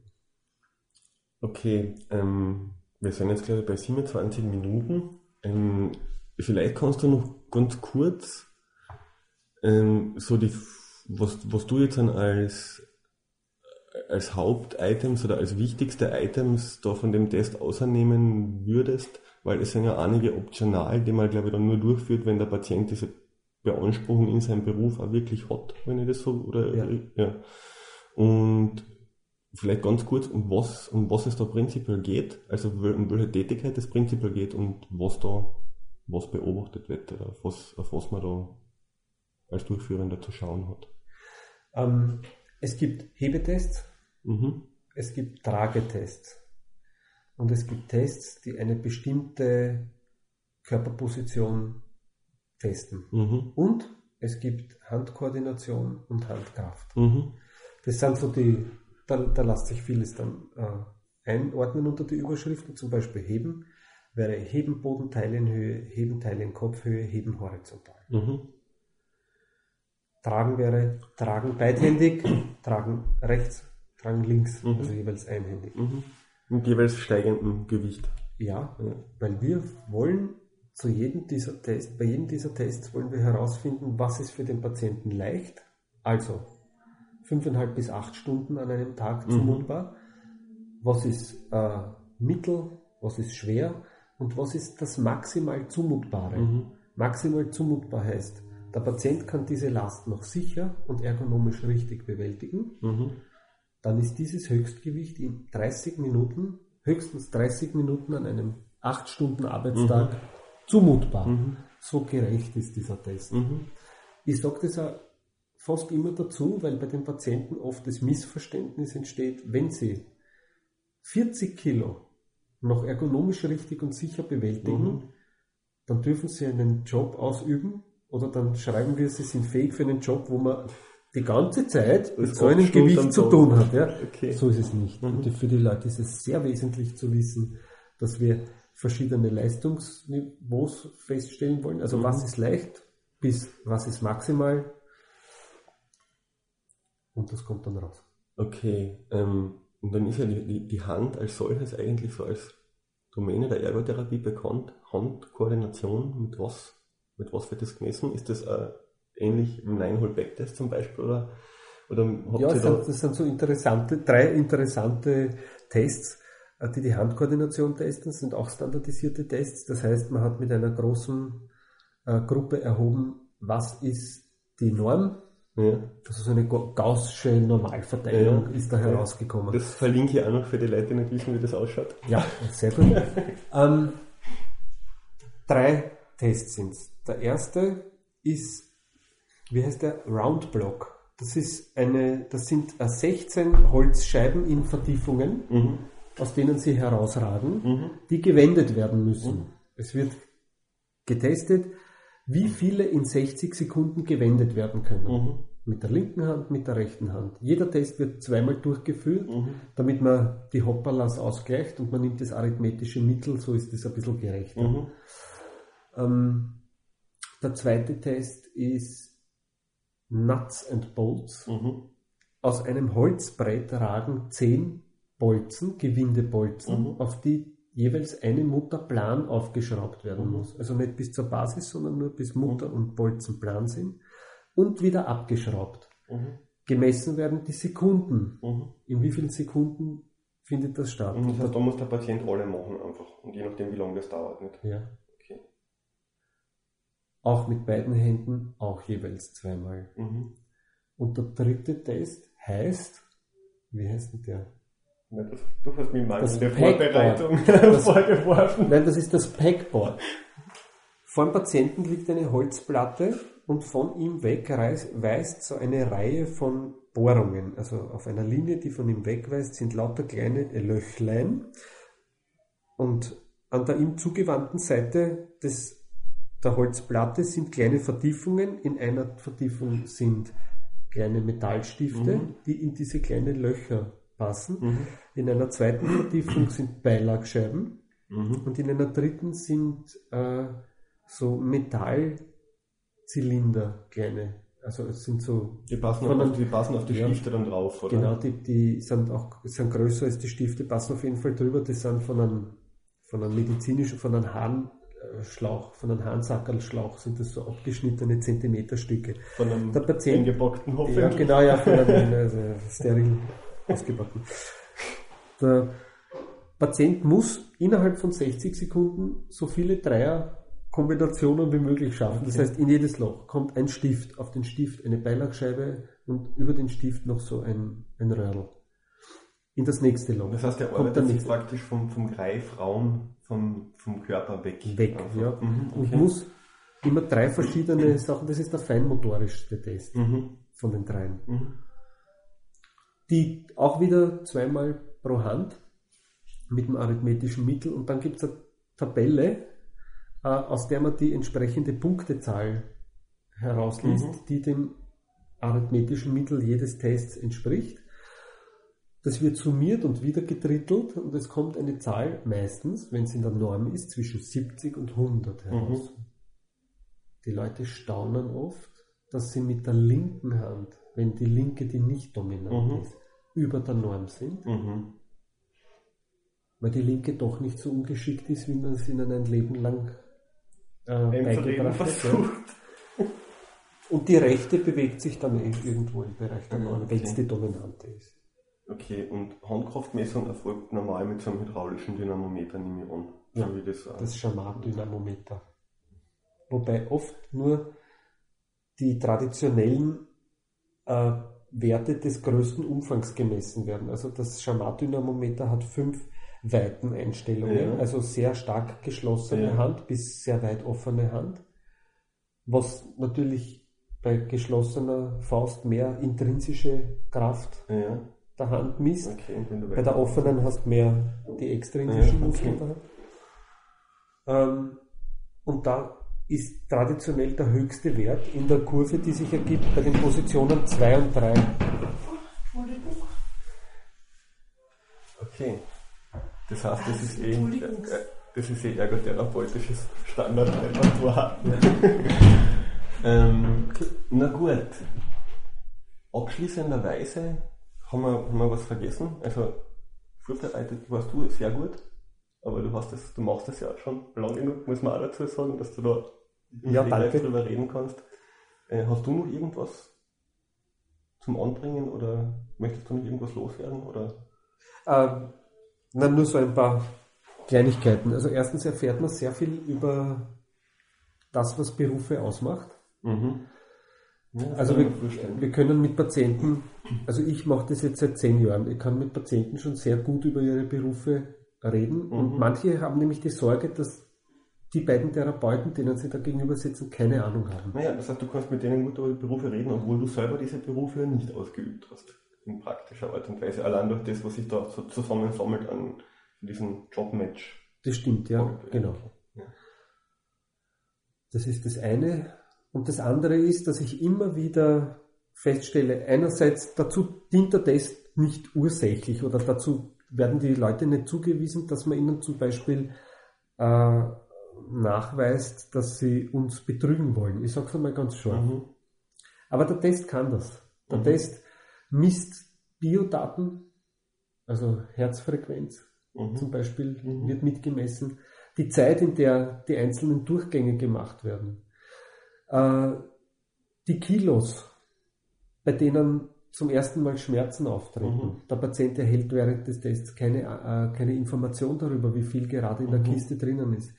Okay, ähm, wir sind jetzt glaube ich bei siebenundzwanzig Minuten. Ähm, vielleicht kannst du noch ganz kurz ähm, so die, was, was du jetzt dann als als Hauptitems oder als wichtigste Items da von dem Test außernehmen würdest, weil es sind ja einige optional, die man glaube ich dann nur durchführt, wenn der Patient diese Beanspruchung in seinem Beruf auch wirklich hat, wenn ich das so, oder, ja. ja. Und vielleicht ganz kurz, um was, um was es da prinzipiell geht, also um welche Tätigkeit es prinzipiell geht und was da, was beobachtet wird, oder auf was, auf was man da als Durchführender zu schauen hat. Ähm, es gibt Hebetests, mhm. es gibt Tragetests und es gibt Tests, die eine bestimmte Körperposition testen. Mhm. Und es gibt Handkoordination und Handkraft. Mhm. Das sind so die, da, da lässt sich vieles dann äh, einordnen unter die Überschriften, zum Beispiel Heben wäre Heben Bodenteile in Höhe, Heben Teile in Kopfhöhe, Heben horizontal. Mhm. Tragen wäre Tragen beidhändig, Tragen rechts, Tragen links, mhm. also jeweils einhändig. Mhm. Mit jeweils steigendem Gewicht. Ja, ja, weil wir wollen zu jedem dieser Tests, bei jedem dieser Tests wollen wir herausfinden, was ist für den Patienten leicht, also fünfeinhalb bis acht Stunden an einem Tag zumutbar, mhm. was ist äh, mittel, was ist schwer und was ist das maximal Zumutbare. Mhm. Maximal zumutbar heißt, der Patient kann diese Last noch sicher und ergonomisch richtig bewältigen. Mhm. Dann ist dieses Höchstgewicht in dreißig Minuten, höchstens dreißig Minuten an einem acht Stunden Arbeitstag mhm. zumutbar. Mhm. So gerecht ist dieser Test. Mhm. Ich sage das auch fast immer dazu, weil bei den Patienten oft das Missverständnis entsteht, wenn sie vierzig Kilo noch ergonomisch richtig und sicher bewältigen, mhm. dann dürfen sie einen Job ausüben oder dann schreiben wir, sie sind fähig für einen Job, wo man die ganze Zeit mit Das so einem acht Stunden am Gewicht zu Tag. tun hat. Ja? Okay. So ist es nicht. Mhm. Und für die Leute ist es sehr wesentlich zu wissen, dass wir verschiedene Leistungsniveaus feststellen wollen. Also Mhm. was ist leicht bis was ist maximal. Und das kommt dann raus. Okay, ähm, und dann ist ja die, die, die Hand als solches eigentlich so als Domäne der Ergotherapie bekannt. Handkoordination, mit was, mit was wird das gemessen? Ist das äh, ähnlich wie im Nine-Hole-Back-Test zum Beispiel? Oder, oder habt Ja, ihr das da... sind, das sind so interessante, drei interessante Tests, äh, die die Handkoordination testen. Das sind auch standardisierte Tests. Das heißt, man hat mit einer großen äh, Gruppe erhoben, was ist die Norm. Ja. Also so eine gaußsche Normalverteilung Ja. ist da herausgekommen. Das verlinke ich auch noch für die Leute, die nicht wissen, wie das ausschaut. Ja, sehr gut. ähm, drei Tests sind es. Der erste ist, wie heißt der? Round Block. Das ist eine, das sind äh, sechzehn Holzscheiben in Vertiefungen, Mhm. aus denen sie herausragen, Mhm. die gewendet werden müssen. Mhm. Es wird getestet, wie viele in sechzig Sekunden gewendet werden können. Mhm. Mit der linken Hand, mit der rechten Hand. Jeder Test wird zweimal durchgeführt, Mhm. damit man die Hopperlas ausgleicht und man nimmt das arithmetische Mittel, so ist das ein bisschen gerechter. Mhm. Ähm, der zweite Test ist Nuts and Bolts. Mhm. Aus einem Holzbrett ragen zehn Bolzen, Gewindebolzen, Mhm. auf die jeweils eine Mutter plan aufgeschraubt werden Mhm. muss. Also nicht bis zur Basis, sondern nur bis Mutter und Bolzen plan sind. Und wieder abgeschraubt. Mhm. Gemessen werden die Sekunden. Mhm. In wie vielen Sekunden findet das statt? Und das heißt, da muss der Patient alle machen einfach. Und je nachdem, wie lange das dauert. Nicht? Ja. Okay. Auch mit beiden Händen, auch jeweils zweimal. Mhm. Und der dritte Test heißt, wie heißt denn der? Ja, das, du hast mich mal Das in der Pegboard. Vorbereitung Das- vorgeworfen. Nein, das ist das Pegboard. Vor dem Patienten liegt eine Holzplatte und von ihm weg reis- weist so eine Reihe von Bohrungen. Also auf einer Linie, die von ihm wegweist, sind lauter kleine Löchlein. Und an der ihm zugewandten Seite des, der Holzplatte sind kleine Vertiefungen. In einer Vertiefung sind kleine Metallstifte, Mhm. die in diese kleinen Löcher passen. Mhm. In einer zweiten Vertiefung sind Beilagscheiben. Mhm. Und in einer dritten sind äh, so Metallzylinder, kleine. Also es sind so, Die passen, Von auf, einem- die passen auf die Ja. Stifte dann drauf, oder? genau, die, die sind auch sind größer als die Stifte, passen auf jeden Fall drüber. Die sind von einem, von einem medizinischen, von einem Harnschlauch, von einem Harnsackerlschlauch sind das so abgeschnittene Zentimeterstücke. Von einem Der Patient- eingepackten Ja, hoffentlich. genau, ja, von einem also steril ausgebacken. Der Patient muss innerhalb von sechzig Sekunden so viele Dreierkombinationen wie möglich schaffen. Das Okay. heißt, in jedes Loch kommt ein Stift, auf den Stift eine Beilagscheibe und über den Stift noch so ein, ein Röhrl. In das nächste Loch. Das heißt, der kommt arbeitet der sich nächste praktisch vom, vom Greifraum, vom, vom Körper weg. weg. Einfach. Ja. Mhm, Und okay. muss immer drei verschiedene Sachen, das ist der feinmotorischste Test Mhm. von den dreien. Mhm. Die auch wieder zweimal pro Hand mit dem arithmetischen Mittel und dann gibt es eine Tabelle, äh, aus der man die entsprechende Punktezahl herausliest, Mhm. die dem arithmetischen Mittel jedes Tests entspricht. Das wird summiert und wieder gedrittelt und es kommt eine Zahl meistens, wenn es in der Norm ist, zwischen siebzig und hundert heraus. Mhm. Die Leute staunen oft, dass sie mit der linken Hand, wenn die linke die nicht dominant Mhm. ist, über der Norm sind, Mhm. weil die linke doch nicht so ungeschickt ist, wie man es ihnen ein Leben lang äh, Einzureden beigebracht hat. Ja. versucht. Und die rechte bewegt sich dann eh irgendwo im Bereich der Ja, Norm, wenn es okay. die dominante ist. Okay, und Handkraftmessung erfolgt normal mit so einem hydraulischen Dynamometer, nehme ich an. Ja, So wie das, äh, Das Schamat-Dynamometer. Wobei oft nur die traditionellen äh, Werte des größten Umfangs gemessen werden. Also das Schamat-Dynamometer hat fünf Weiteneinstellungen, Ja. also sehr stark geschlossene Ja. Hand bis sehr weit offene Hand, was natürlich bei geschlossener Faust mehr intrinsische Kraft ja, der Hand misst. okay. Und wenn du Bei der weiter- offenen hast du mehr die extrinsischen Ja, Muskeln okay. da. Ähm, und da ist traditionell der höchste Wert in der Kurve, die sich ergibt bei den Positionen zwei und drei. Okay. Das heißt, das ist eh, äh, das ist eh ergotherapeutisches Standardrepertoire. ähm, na gut. Abschließenderweise haben wir, haben wir was vergessen. Also vorbereitet warst du sehr gut, aber du hast das, du machst das ja schon lang genug, muss man auch dazu sagen, dass du da ja, danke. drüber reden kannst. Äh, hast du noch irgendwas zum Anbringen oder möchtest du noch irgendwas loswerden? Oder? Ähm, na, nur so ein paar Kleinigkeiten. Also erstens erfährt man sehr viel über das, was Berufe ausmacht. Mhm. Ja, also wir, wir können mit Patienten, also ich mache das jetzt seit zehn Jahren, ich kann mit Patienten schon sehr gut über ihre Berufe reden. Mhm. Und manche haben nämlich die Sorge, dass die beiden Therapeuten, denen sie da gegenüber sitzen, keine Ahnung haben. Naja, das heißt, du kannst mit denen gut über Berufe reden, obwohl du selber diese Berufe nicht ausgeübt hast. In praktischer Art und Weise. Allein durch das, was sich da so zusammensammelt an diesem Jobmatch. Das stimmt, ja, genau. Ja. Das ist das eine. Und das andere ist, dass ich immer wieder feststelle, einerseits dazu dient der Test nicht ursächlich oder dazu werden die Leute nicht zugewiesen, dass man ihnen zum Beispiel äh, nachweist, dass sie uns betrügen wollen. Ich sage es einmal ganz scharf. Mhm. Aber der Test kann das. Der mhm. Test misst Biodaten, also Herzfrequenz mhm. zum Beispiel mhm. wird mitgemessen, die Zeit, in der die einzelnen Durchgänge gemacht werden. Die Kilos, bei denen zum ersten Mal Schmerzen auftreten. Mhm. Der Patient erhält während des Tests keine, äh, keine Information darüber, wie viel gerade in der mhm. Kiste drinnen ist.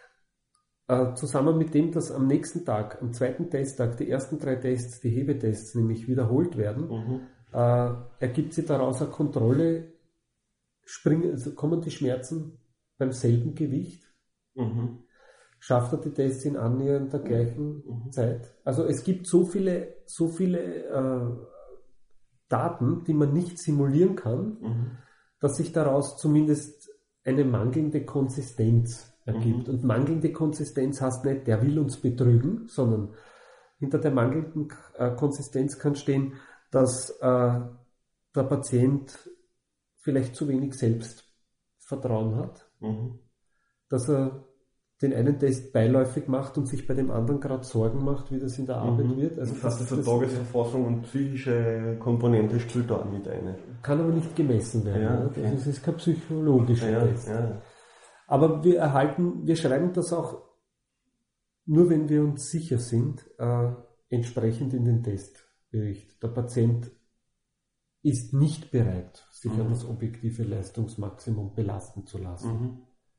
Äh, zusammen mit dem, dass am nächsten Tag, am zweiten Testtag, die ersten drei Tests, die Hebetests, nämlich wiederholt werden, mhm. äh, ergibt sich daraus eine Kontrolle, springen, also kommen die Schmerzen beim selben Gewicht. Mhm. Schafft er die Tests in annähernd der gleichen mhm. Zeit. Also es gibt so viele, so viele äh, Daten, die man nicht simulieren kann, mhm. dass sich daraus zumindest eine mangelnde Konsistenz ergibt. Mhm. Und mangelnde Konsistenz heißt nicht, der will uns betrügen, sondern hinter der mangelnden äh, Konsistenz kann stehen, dass äh, der Patient vielleicht zu wenig Selbstvertrauen hat, mhm. dass er den einen Test beiläufig macht und sich bei dem anderen gerade Sorgen macht, wie das in der Arbeit mhm. wird. Also das heißt, also Tagesverfassung und psychische Komponente spielt da auch mit eine. Kann aber nicht gemessen werden. Ja, okay. Das ist kein psychologischer ja, Test. Ja. Aber wir erhalten, wir schreiben das auch nur, wenn wir uns sicher sind, äh, entsprechend in den Testbericht. Der Patient ist nicht bereit, sich mhm. an das objektive Leistungsmaximum belasten zu lassen. Mhm.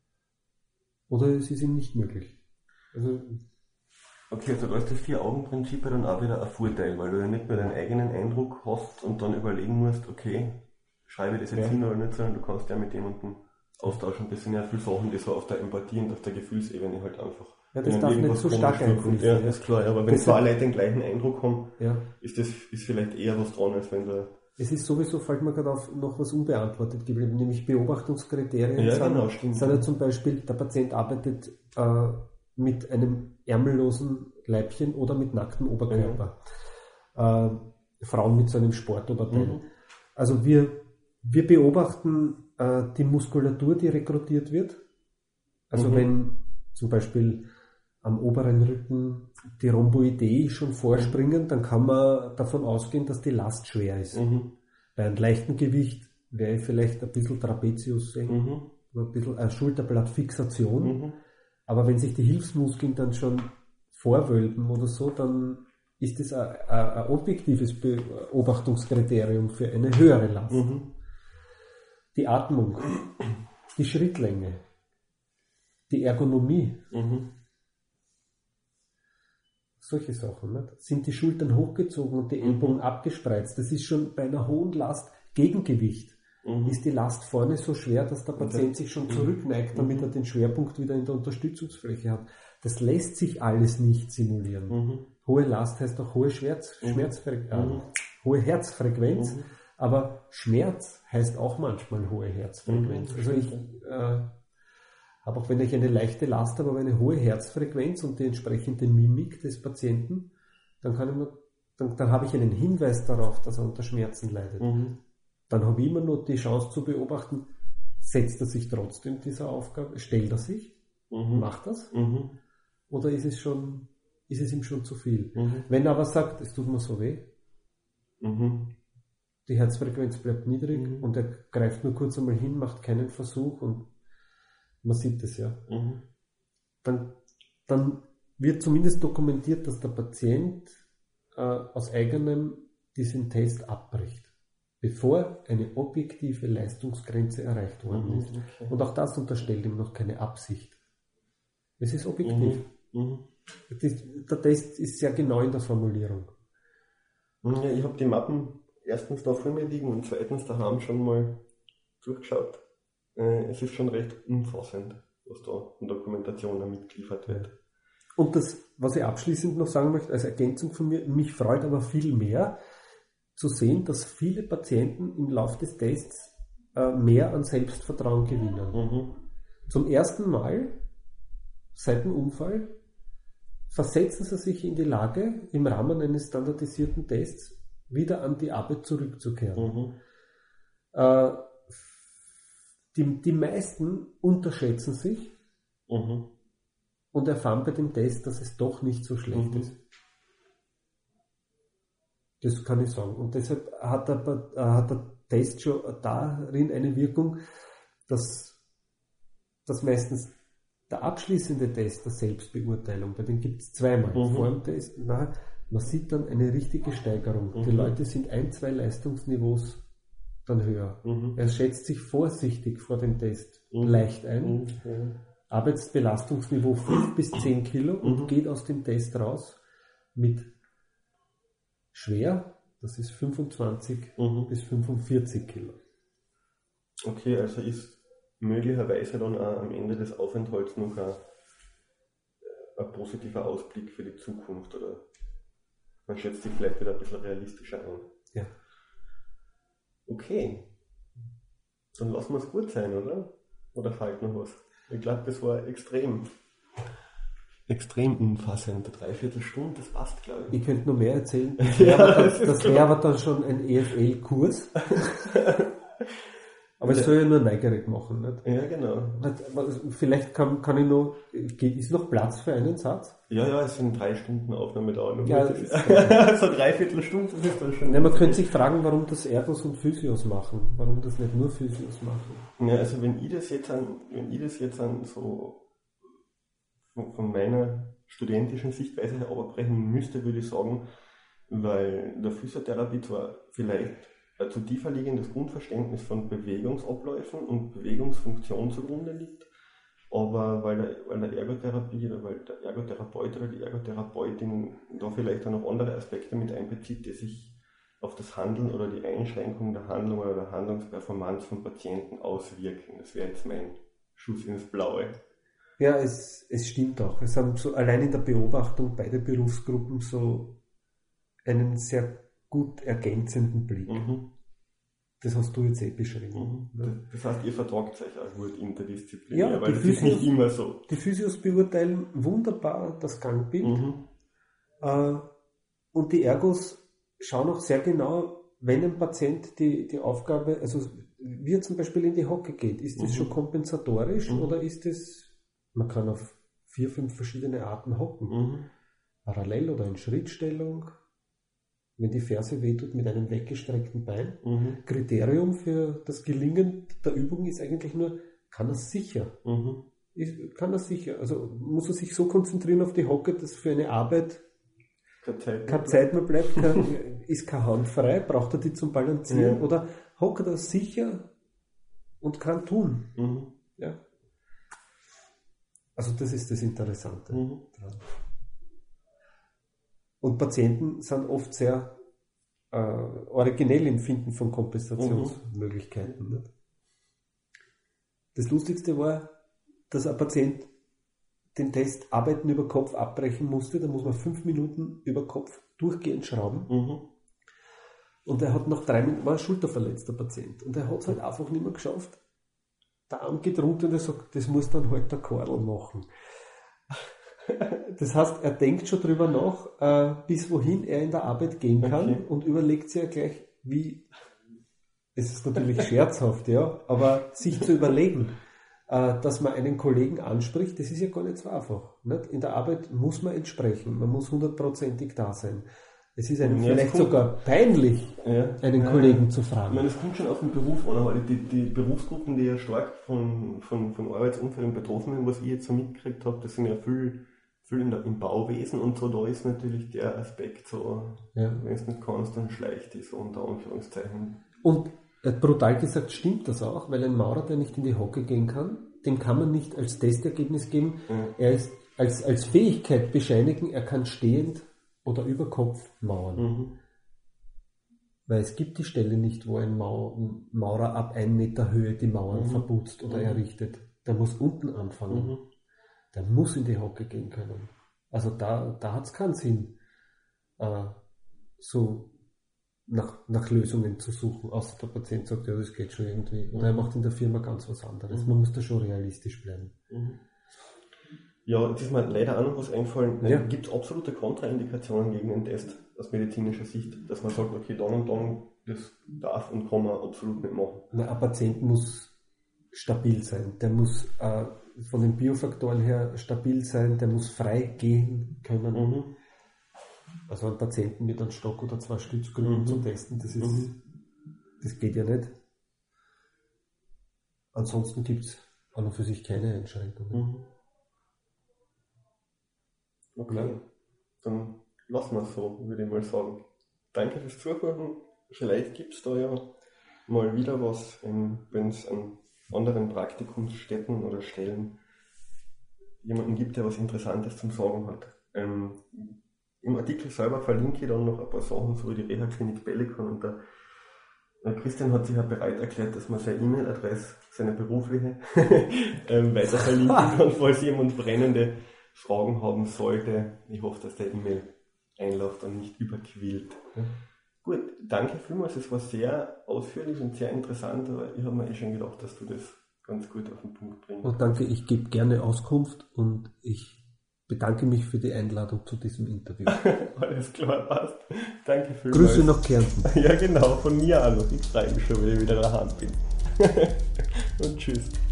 Oder es ist ihm nicht möglich. Also okay, also da ist das Vier-Augen-Prinzip dann auch wieder ein Vorteil, weil du ja nicht mehr deinen eigenen Eindruck hast und dann überlegen musst, okay, schreibe ich das jetzt ja. hin oder nicht, sondern du kannst ja mit jemandem austauschen. Das sind ja viele Sachen, die so auf der Empathie und auf der Gefühlsebene halt einfach. Ja, das darf nicht so stark einfließen. Ja, das ist klar, aber wenn das zwei Leute den gleichen Eindruck haben, ja. ist das ist vielleicht eher was dran, als wenn du. Es ist sowieso, fällt mir gerade auf, noch was unbeantwortet geblieben, nämlich Beobachtungskriterien. Ja, sind, genau, stimmt. Sind ja zum Beispiel, der Patient arbeitet äh, mit einem ärmellosen Leibchen oder mit nacktem Oberkörper. Ja. Äh, Frauen mit so einem Sportoberteil. Mhm. Also wir, wir beobachten äh, die Muskulatur, die rekrutiert wird. Also mhm. wenn zum Beispiel am oberen Rücken die Rhomboidee schon vorspringen, dann kann man davon ausgehen, dass die Last schwer ist. Mhm. Bei einem leichten Gewicht wäre vielleicht ein bisschen Trapezius senken, mhm. oder ein bisschen eine Schulterblattfixation. Mhm. Aber wenn sich die Hilfsmuskeln dann schon vorwölben oder so, dann ist das ein, ein, ein objektives Beobachtungskriterium für eine höhere Last. Mhm. Die Atmung, die Schrittlänge, die Ergonomie, mhm. solche Sachen. Nicht? Sind die Schultern hochgezogen und die Ellbogen mhm. abgespreizt? Das ist schon bei einer hohen Last Gegengewicht. Mhm. Ist die Last vorne so schwer, dass der Patient okay. sich schon zurückneigt, damit mhm. er den Schwerpunkt wieder in der Unterstützungsfläche hat. Das lässt sich alles nicht simulieren. Mhm. Hohe Last heißt auch hohe Schmerz, mhm. Schmerzfre- äh, mhm. hohe Herzfrequenz, mhm. aber Schmerz heißt auch manchmal hohe Herzfrequenz. Mhm. Also ich, äh, habe, auch wenn ich eine leichte Last habe, aber eine hohe Herzfrequenz und die entsprechende Mimik des Patienten, dann kann ich mir, dann, dann habe ich einen Hinweis darauf, dass er unter Schmerzen leidet. Mhm. Dann habe ich immer nur die Chance zu beobachten, setzt er sich trotzdem dieser Aufgabe, stellt er sich, Mhm. macht das, Mhm. oder ist es schon, ist es ihm schon zu viel? Mhm. Wenn er aber sagt, es tut mir so weh, Mhm. die Herzfrequenz bleibt niedrig Mhm. und er greift nur kurz einmal hin, macht keinen Versuch und man sieht es ja. Mhm. Dann, dann wird zumindest dokumentiert, dass der Patient äh, aus eigenem diesen Test abbricht, bevor eine objektive Leistungsgrenze erreicht worden Mhm. ist. Okay. Und auch das unterstellt ihm noch keine Absicht. Es ist objektiv. Mhm. Mhm. Das, der Test ist sehr genau in der Formulierung. Ja, ich habe die Mappen erstens da vor mir liegen und zweitens daheim schon mal durchgeschaut. Äh, es ist schon recht umfassend, was da in Dokumentationen mitgeliefert wird. Und das, was ich abschließend noch sagen möchte, als Ergänzung von mir, mich freut aber viel mehr zu sehen, dass viele Patienten im Laufe des Tests äh, mehr an Selbstvertrauen gewinnen. Mhm. Zum ersten Mal seit dem Unfall versetzen sie sich in die Lage, im Rahmen eines standardisierten Tests wieder an die Arbeit zurückzukehren. Mhm. Äh, die, die meisten unterschätzen sich Mhm. und erfahren bei dem Test, dass es doch nicht so schlecht Mhm. ist. Das kann ich sagen. Und deshalb hat der, äh, hat der Test schon darin eine Wirkung, dass, dass meistens der abschließende Test der Selbstbeurteilung, bei dem gibt es zweimal, Mhm. vor dem Test, nachher, man sieht dann eine richtige Steigerung. Mhm. Die Leute sind ein, zwei Leistungsniveaus dann höher. Mhm. Er schätzt sich vorsichtig vor dem Test Mhm. leicht ein, Mhm. Ja. Arbeitsbelastungsniveau fünf bis zehn Kilo und Mhm. geht aus dem Test raus mit schwer, das ist fünfundzwanzig Mhm. bis fünfundvierzig Kilo. Okay, also ist möglicherweise dann auch am Ende des Aufenthalts noch ein, ein positiver Ausblick für die Zukunft, oder man schätzt sich vielleicht wieder ein bisschen realistischer an. Ja. Okay, dann lassen wir es gut sein, oder? Oder fehlt noch was? Ich glaube, das war extrem, extrem umfassend. Eine Dreiviertelstunde, das passt, glaube ich. Ich könnte noch mehr erzählen. Das Ja, wäre aber, das dann- ist das wär aber dann schon ein E F L-Kurs. Aber es soll ja nur neugierig machen. Nicht? Ja, genau. Aber Vielleicht kann, kann ich noch, geht- ist noch Platz für einen Satz? Ja, ja, es sind drei Stunden Aufnahme da. Ja, Das das ist- so dreiviertel Stunde ist dann schon. Ja, man könnte sich fragen, warum das Ergos und Physios machen. Warum das nicht nur Physios machen. Ja, also wenn ich das jetzt an, wenn ich das jetzt an so von, von meiner studentischen Sichtweise her abbrechen müsste, würde ich sagen, weil der Physiotherapie zwar vielleicht ein zu tiefer liegendes Grundverständnis von Bewegungsabläufen und Bewegungsfunktion zugrunde liegt, aber weil der, weil der Ergotherapie oder weil der Ergotherapeut oder die Ergotherapeutin da vielleicht auch noch andere Aspekte mit einbezieht, die sich auf das Handeln oder die Einschränkung der Handlung oder der Handlungsperformance von Patienten auswirken. Das wäre jetzt mein Schuss ins Blaue. Ja, es, es stimmt auch. Es haben so allein in der Beobachtung beide Berufsgruppen so einen sehr gut ergänzenden Blick. Mhm. Das hast du jetzt eh beschrieben. Mhm. Das heißt, ihr vertragt euch auch gut interdisziplinär, Ja, weil die das ist nicht Physios- immer so. Die Physios beurteilen wunderbar das Gangbild Mhm. äh, und die Ergos schauen auch sehr genau, wenn ein Patient die, die Aufgabe, also wie er zum Beispiel in die Hocke geht, ist das Mhm. schon kompensatorisch Mhm. oder ist es, man kann auf vier, fünf verschiedene Arten hocken, Mhm. parallel oder in Schrittstellung, wenn die Ferse wehtut mit einem weggestreckten Bein. Mhm. Kriterium für das Gelingen der Übung ist eigentlich nur, kann er sicher? Mhm. Ist, kann er sicher? Also muss er sich so konzentrieren auf die Hocke, dass für eine Arbeit Keine Zeit. keine Zeit mehr bleibt, kein, ist keine Hand frei, braucht er die zum Balancieren Ja. oder hockt er sicher und kann tun. Mhm. Ja. Also das ist das Interessante. Mhm. dran. Und Patienten sind oft sehr äh, originell im Finden von Kompensationsmöglichkeiten. Nicht? Das Lustigste war, dass ein Patient den Test Arbeiten über Kopf abbrechen musste. Da muss man fünf Minuten über Kopf durchgehend schrauben. Mhm. Und er hat nach drei Minuten, war ein schulterverletzter Patient. Und er hat es halt einfach nicht mehr geschafft, der Arm geht runter und er sagt, das muss dann halt der Karl machen. Das heißt, er denkt schon drüber nach, äh, bis wohin er in der Arbeit gehen kann okay. und überlegt sich ja gleich, wie, es ist natürlich scherzhaft, ja, aber sich zu überlegen, äh, dass man einen Kollegen anspricht, das ist ja gar nicht so einfach. Nicht? In der Arbeit muss man entsprechen, man muss hundertprozentig da sein. Es ist einem ja, vielleicht sogar peinlich, ja, einen ja, Kollegen ja. zu fragen. Ich meine, es kommt schon auf den Beruf an, aber die, die Berufsgruppen, die ja stark von, von, von Arbeitsunfällen betroffen sind, was ich jetzt so mitgekriegt habe, das sind ja viel, viel in der, im Bauwesen und so, da ist natürlich der Aspekt so, ja. wenn es nicht kannst, dann schleicht die so unter Anführungszeichen. Und äh, brutal gesagt stimmt das auch, weil ein Maurer, der nicht in die Hocke gehen kann, dem kann man nicht als Testergebnis geben, ja. er ist als, als Fähigkeit bescheinigen, er kann stehend oder über Kopf mauern. Mhm. Weil es gibt die Stelle nicht, wo ein Mau- Maurer ab ein Meter Höhe die Mauern mhm. verputzt oder mhm. errichtet. Der muss unten anfangen. Mhm. Der muss in die Hocke gehen können. Also da, da hat es keinen Sinn, äh, so nach, nach Lösungen zu suchen, außer der Patient sagt, ja, das geht schon irgendwie. Oder er macht in der Firma ganz was anderes. Mhm. Man muss da schon realistisch bleiben. Mhm. Ja, jetzt ist mir leider auch noch was eingefallen. Ja. Gibt es absolute Kontraindikationen gegen den Test aus medizinischer Sicht, dass man sagt, okay, dann und dann, das darf und kann man absolut nicht machen? Na, ein Patient muss stabil sein. Der muss äh, von den Biofaktoren her stabil sein, der muss frei gehen können. Mhm. Also einen Patienten mit einem Stock oder zwei Stützgründen mhm. zu testen, das, ist, mhm. das geht ja nicht. Ansonsten gibt es an und für sich keine Einschränkungen. Mhm. Okay, dann lassen wir es so, würde ich mal sagen. Danke fürs Zuhören. Vielleicht gibt es da ja mal wieder was, wenn es an anderen Praktikumsstätten oder Stellen jemanden gibt, der was Interessantes zum Sagen hat. Ähm, Im Artikel selber verlinke ich dann noch ein paar Sachen, so wie die Reha-Klinik Bellikon, und der, der Christian hat sich ja bereit erklärt, dass man seine E-Mail-Adresse, seine berufliche, ähm, weiter verlinken kann, falls jemand brennende Fragen haben sollte. Ich hoffe, dass der E-Mail-Einlauf dann nicht überquillt. Ja. Gut, danke vielmals. Es war sehr ausführlich und sehr interessant, aber ich habe mir eh schon gedacht, dass du das ganz gut auf den Punkt bringst. Und danke, ich gebe gerne Auskunft und ich bedanke mich für die Einladung zu diesem Interview. Alles klar, passt. Danke vielmals. Grüße nach Kärnten. Ja, genau, von mir auch noch. Ich freue mich schon, wenn ich wieder daheim bin. Und tschüss.